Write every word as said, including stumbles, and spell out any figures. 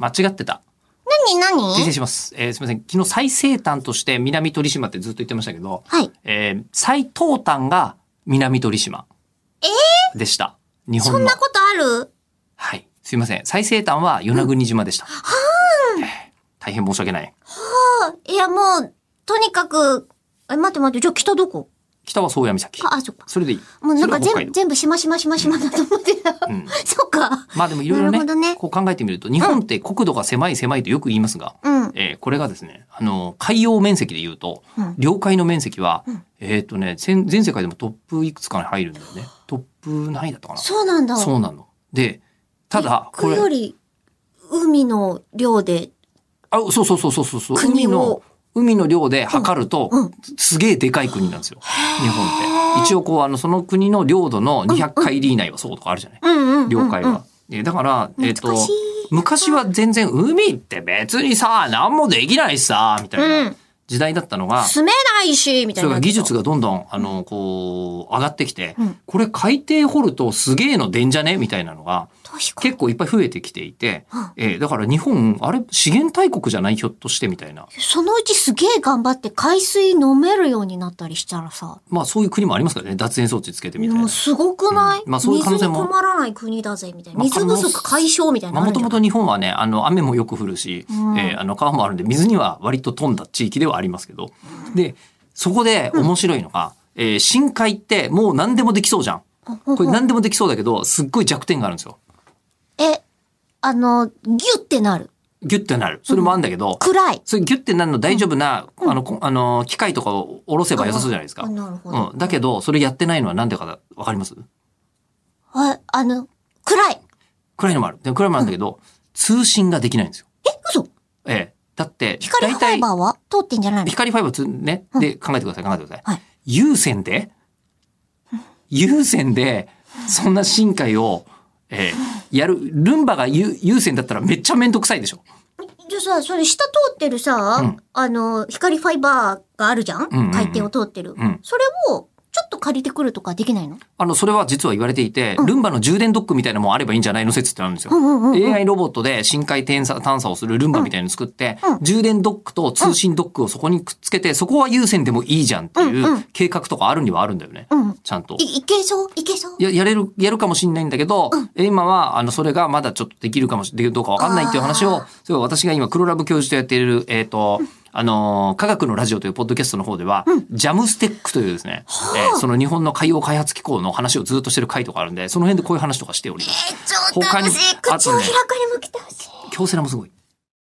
間違ってた。 何何訂正します。えー、すみません。昨日最西端として南鳥島ってずっと言ってましたけど、 はい。 えー、最東端が南鳥島。 えー、 でした。日本の。 そんなことある？ はい。すいません。最西端は与那国島でした。うん、はー、えー。大変申し訳ない。 はあ。いやもう、とにかく、え、待って待って、じゃあ北どこ？ 北は宗谷岬。 あ、あ、そっか。 それでいい。 もうなんか全部、全部島島島島だと思ってた。うん、そっか。 まあでもいろいろね、ねこう考えてみると、日本って国土が狭い狭いとよく言いますが、うん、えー、これがですね、あの、海洋面積で言うと、うん、領海の面積は、うん、えっとね、全世界でもトップいくつかに入るんだよね。トップ何位だったかな？ そうなんだ。 そうなの。で、ただ、 これ。より、海の量で、 あ、そうそうそうそうそう。海の、海の量で測ると、うんうん、すげえでかい国なんですよ。日本って。一応こう、あの、その国の領土のにひゃくカイリ以内はそうとかあるじゃない。うんうん、領海は。えだから、えっと、昔は全然海って別にさ、何もできないしさ、みたいな時代だったのが。 住めないし、みたいな。 それが技術がどんどん、あの、こう、上がってきて、うん、これ海底掘るとすげえの出んじゃねみたいなのが、結構いっぱい増えてきていて、うん、えー、だから日本、あれ、資源大国じゃないひょっとしてみたいな。 そのうちすげえ頑張って海水飲めるようになったりしたらさ。 まあそういう国もありますからね。脱塩装置つけてみたいな。 もうすごくない、 うん、まあそういう可能性も。 水に困らない国だぜ、みたいな。水不足解消みたいな。 もともと日本はね、あの、雨もよく降るし、うん、えー、あの、川もあるんで、水には割と富んだ地域ではありますけど。うん、で、そこで面白いのが、うん、えー、深海ってもう何でもできそうじゃん。これ何でもできそうだけど、すっごい弱点があるんですよ。 え、あの、ギュってなる。 ギュってなる。それもあるんだけど、うん、 暗い。 それギュってなるの大丈夫な、うん、あの、あの、機械とかを下ろせば良さそうじゃないですか。 なるほど。 うん。だけど、それやってないのはなんでかわかります？ あ、あの、暗い。 暗いのもある。でも暗いのもあるんだけど、うん、通信ができないんですよ。 え、嘘？ ええ。だって、 光ファイバーは通ってんじゃないの？ 光ファイバーつ、ね。で、考えてください、考えてください。はい、有線で有線で、そんな深海を、えー、やる、ルンバが有線だったらめっちゃめんどくさいでしょ。 じゃあさ、それ下通ってるさ、うん、あの、光ファイバーがあるじゃん、うんうんうん、海底を通ってる。うん、それを、ちょっと借りてくるとかできないの？あの、 それは実は言われていて、うん、ルンバの充電ドックみたいなのもあればいいんじゃないの説ってあるんですよ。うんうんうんうん、エーアイ ロボットで深海探査、探査をするルンバみたいなの作って、うん、充電ドックと通信ドックをそこにくっつけて、そこは有線でもいいじゃんっていう計画とかあるにはあるんだよね。うん、ちゃんと。 い、いけそういけそうや、やれる、やるかもしれないんだけど、うん、今は、あの、それがまだちょっとできるかもしれない、どうかわかんないっていう話を、それは私が今、黒ラブ教授とやっている、えっと、うんあのー、科学のラジオというポッドキャストの方では、うん、ジャムステックというですね、えー、その日本の海洋開発機構の話をずっとしてる回とかあるんで、その辺でこういう話とかしております。 えー、超楽しい。口を開かれ向けてほしい。 京セラもすごい。